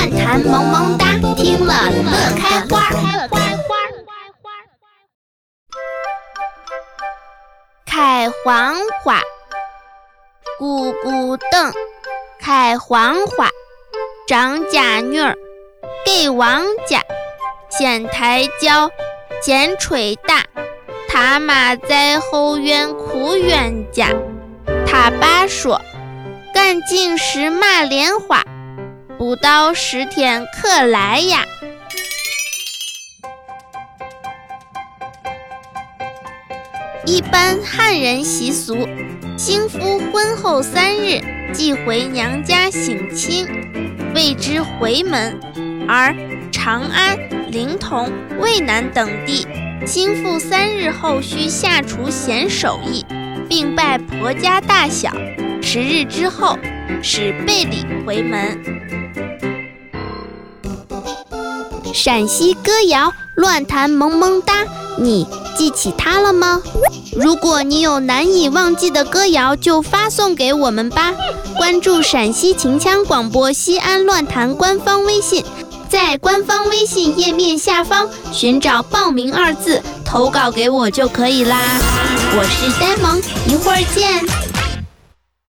乱弹萌萌哒，听了乐开花。 开黄花，咕咕噔，开黄花，张家女儿给王家，先抬轿，先吹打，他妈在后院哭冤家。他爸说，赶紧是马莲花，不到10天可来呀。一般汉人习俗，幸福婚后3日即回娘家省亲，谓之回门。而长安、临潼、渭南等地，幸福3日后需下厨显手艺，并拜婆家大小，10日之后是备礼回门。 陕西歌谣乱弹萌萌哒，你记起它了吗？如果你有难以忘记的歌谣，就发送给我们吧。关注陕西秦腔广播西安乱弹官方微信，在官方微信页面下方寻找报名2字，投稿给我就可以啦。我是呆萌，一会儿见。